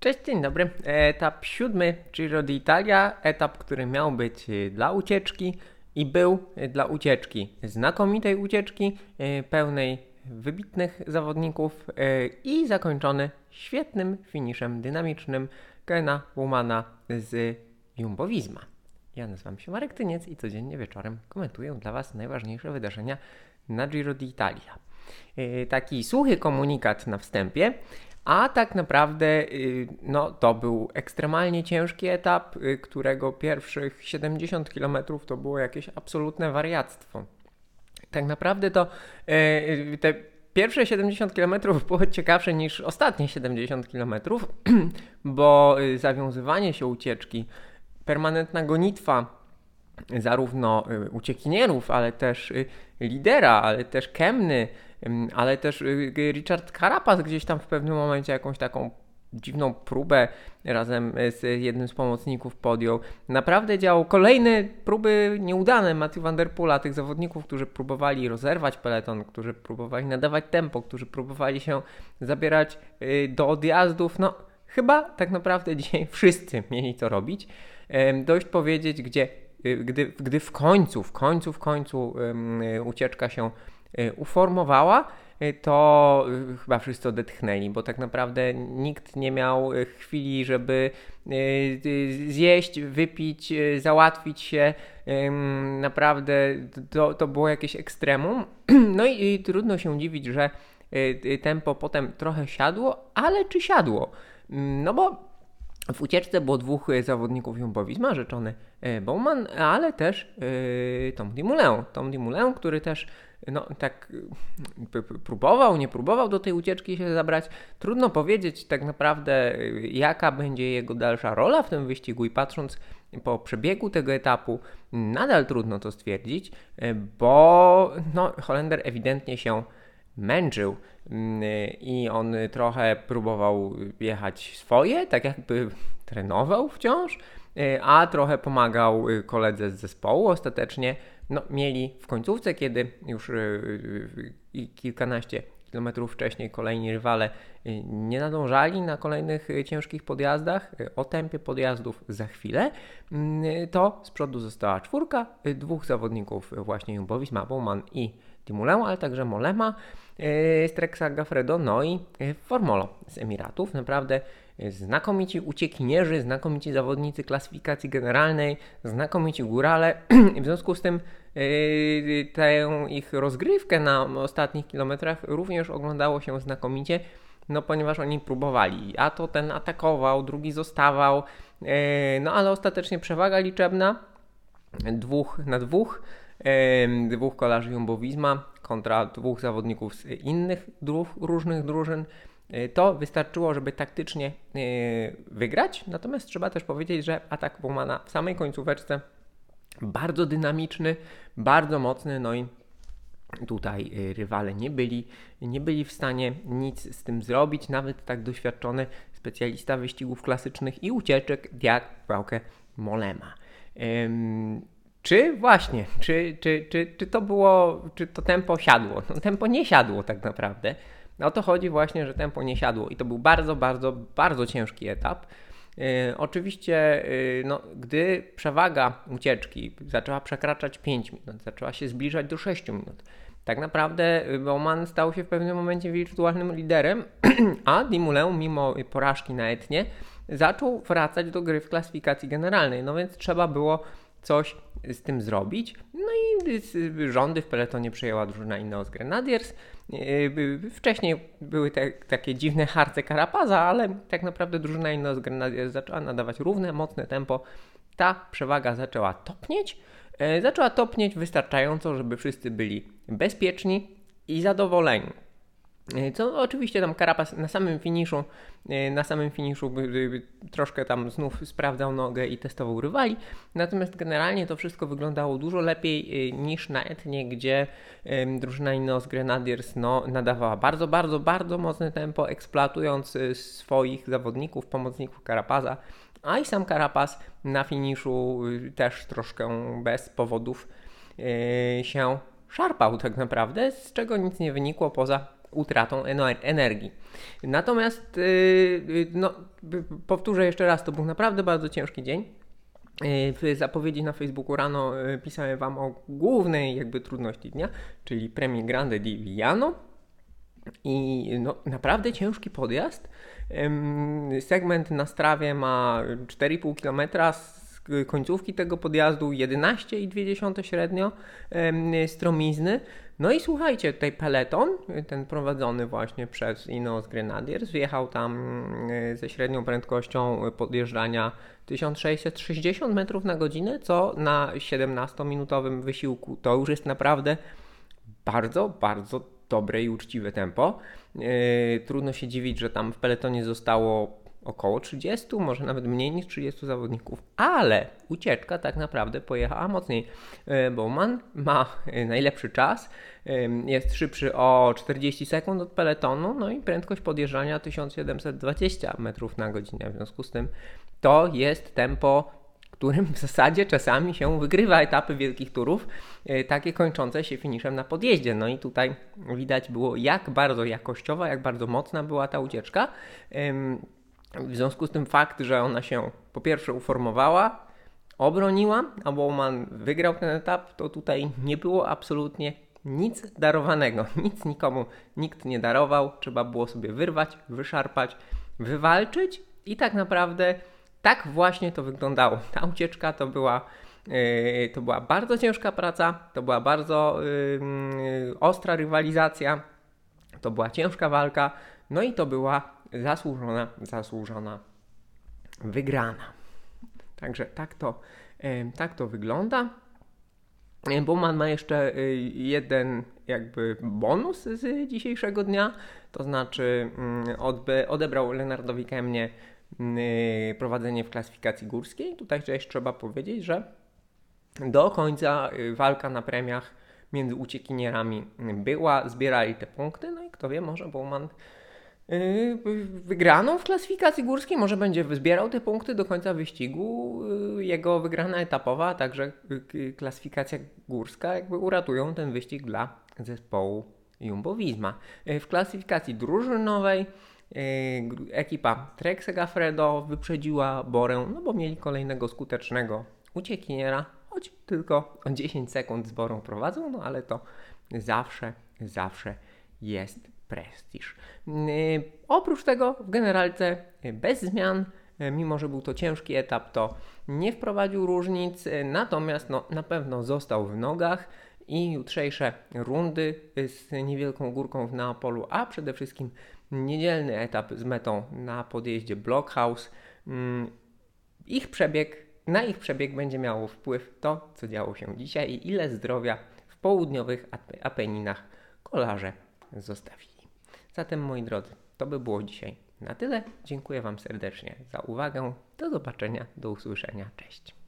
Cześć, dzień dobry. Etap 7 Giro d'Italia, etap, który miał być dla ucieczki i był dla ucieczki. Znakomitej ucieczki, pełnej wybitnych zawodników i zakończony świetnym finiszem dynamicznym Kena Woolmana z Jumbo-Visma. Ja nazywam się Marek Tyniec i codziennie wieczorem komentuję dla Was najważniejsze wydarzenia na Giro d'Italia. Taki suchy komunikat na wstępie, a tak naprawdę to był ekstremalnie ciężki etap, którego pierwszych 70 km to było jakieś absolutne wariactwo. Tak naprawdę to te pierwsze 70 km było ciekawsze niż ostatnie 70 km, bo zawiązywanie się ucieczki, permanentna gonitwa zarówno uciekinierów, ale też lidera, ale też Kemny, ale też Richard Carapaz gdzieś tam w pewnym momencie jakąś taką dziwną próbę razem z jednym z pomocników podjął. Naprawdę działał. Kolejne próby nieudane Mathieu van der Poela, tych zawodników, którzy próbowali rozerwać peleton, którzy próbowali nadawać tempo, którzy próbowali się zabierać do odjazdów. No chyba tak naprawdę dzisiaj wszyscy mieli to robić. Dość powiedzieć, gdy w końcu ucieczka się uformowała, to chyba wszyscy odetchnęli, bo tak naprawdę nikt nie miał chwili, żeby zjeść, wypić, załatwić się. Naprawdę to było jakieś ekstremum. No i trudno się dziwić, że tempo potem trochę siadło, ale czy siadło? No bo w ucieczce było dwóch zawodników Jumbo-Visma, rzeczony Bowman, ale też Tom Dumoulin, który też nie próbował do tej ucieczki się zabrać. Trudno powiedzieć tak naprawdę, jaka będzie jego dalsza rola w tym wyścigu i patrząc po przebiegu tego etapu, nadal trudno to stwierdzić, bo Holender ewidentnie się męczył i on trochę próbował jechać swoje, tak jakby trenował wciąż, a trochę pomagał koledze z zespołu. Ostatecznie mieli w końcówce, kiedy już kilkanaście kilometrów wcześniej kolejni rywale nie nadążali na kolejnych ciężkich podjazdach, o tempie podjazdów za chwilę, to z przodu została czwórka, dwóch zawodników właśnie Jumbo-Visma, Bowman i Dumoulin, ale także Mollema z Trexa Gaffredo, no i Formolo z Emiratów. Naprawdę znakomici uciekinierzy, znakomici zawodnicy klasyfikacji generalnej, znakomici górale. W związku z tym tę ich rozgrywkę na ostatnich kilometrach również oglądało się znakomicie, ponieważ oni próbowali. A to ten atakował, drugi zostawał, ale ostatecznie przewaga liczebna 2-2. Dwóch kolarzy Jumbo-Visma kontra dwóch zawodników z innych różnych drużyn. To wystarczyło, żeby taktycznie wygrać, natomiast trzeba też powiedzieć, że atak Bowmana w samej końcóweczce bardzo dynamiczny, bardzo mocny, i tutaj rywale nie byli w stanie nic z tym zrobić, nawet tak doświadczony specjalista wyścigów klasycznych i ucieczek jak Bauke Mollema. Czy to tempo siadło? Tempo nie siadło tak naprawdę. O to chodzi właśnie, że tempo nie siadło i to był bardzo, bardzo, bardzo ciężki etap. Oczywiście, gdy przewaga ucieczki zaczęła przekraczać 5 minut, zaczęła się zbliżać do 6 minut, tak naprawdę Bowman stał się w pewnym momencie wirtualnym liderem, a Dumoulin mimo porażki na Etnie zaczął wracać do gry w klasyfikacji generalnej, więc trzeba było coś z tym zrobić. I rządy w peletonie przejęła drużyna Ineos Grenadiers. Wcześniej były takie dziwne harce Carapaza, ale tak naprawdę drużyna Ineos Grenadiers zaczęła nadawać równe, mocne tempo. Ta przewaga zaczęła topnieć wystarczająco, żeby wszyscy byli bezpieczni i zadowoleni. Co oczywiście tam Carapaz na samym finiszu troszkę tam znów sprawdzał nogę i testował rywali, natomiast generalnie to wszystko wyglądało dużo lepiej niż na Etnie, gdzie drużyna Ineos Grenadiers nadawała bardzo, bardzo, bardzo mocne tempo, eksploatując swoich zawodników, pomocników Carapaza, a i sam Carapaz na finiszu też troszkę bez powodów się szarpał tak naprawdę, z czego nic nie wynikło poza utratą energii. Natomiast powtórzę jeszcze raz, to był naprawdę bardzo ciężki dzień. W zapowiedzi na Facebooku rano pisałem Wam o głównej jakby trudności dnia, czyli Premie Grande di Villano. I naprawdę ciężki podjazd. Segment na Strawie ma 4,5 km, z końcówki tego podjazdu 11,2 średnio stromizny. No i słuchajcie, tutaj peleton, ten prowadzony właśnie przez Ineos Grenadiers, wjechał tam ze średnią prędkością podjeżdżania 1660 metrów na godzinę, co na 17-minutowym wysiłku to już jest naprawdę bardzo, bardzo dobre i uczciwe tempo. Trudno się dziwić, że tam w peletonie zostało około 30, może nawet mniej niż 30 zawodników, ale ucieczka tak naprawdę pojechała mocniej. Bowman ma najlepszy czas, jest szybszy o 40 sekund od peletonu, no i prędkość podjeżdżania 1720 metrów na godzinę. W związku z tym to jest tempo, którym w zasadzie czasami się wygrywa etapy wielkich turów, takie kończące się finiszem na podjeździe. No i tutaj widać było, jak bardzo jakościowa, jak bardzo mocna była ta ucieczka. W związku z tym fakt, że ona się po pierwsze uformowała, obroniła, a Bowman wygrał ten etap, to tutaj nie było absolutnie nic darowanego. Nic nikomu nikt nie darował. Trzeba było sobie wyrwać, wyszarpać, wywalczyć i tak naprawdę tak właśnie to wyglądało. Ta ucieczka to była bardzo ciężka praca, to była bardzo ostra rywalizacja, to była ciężka walka, no i to była zasłużona wygrana. Także tak to wygląda. Bowman ma jeszcze jeden jakby bonus z dzisiejszego dnia, to znaczy odebrał Lennardowi Kemnie prowadzenie w klasyfikacji górskiej. Tutaj też trzeba powiedzieć, że do końca walka na premiach między uciekinierami była, zbierali te punkty, no i kto wie, może Bowman wygraną w klasyfikacji górskiej, może będzie zbierał te punkty do końca wyścigu, jego wygrana etapowa, a także klasyfikacja górska jakby uratują ten wyścig dla zespołu Jumbo-Visma. W klasyfikacji drużynowej ekipa Trek Segafredo wyprzedziła Borę, no bo mieli kolejnego skutecznego uciekiniera, choć tylko o 10 sekund z Borą prowadzą, no ale to zawsze jest prestiż. Oprócz tego w generalce bez zmian, mimo że był to ciężki etap, to nie wprowadził różnic, natomiast na pewno został w nogach i jutrzejsze rundy z niewielką górką w Neapolu, a przede wszystkim niedzielny etap z metą na podjeździe Blockhouse, na ich przebieg będzie miało wpływ to, co działo się dzisiaj i ile zdrowia w południowych Apeninach kolarze zostawili. Zatem, moi drodzy, to by było dzisiaj na tyle. Dziękuję Wam serdecznie za uwagę. Do zobaczenia, do usłyszenia. Cześć.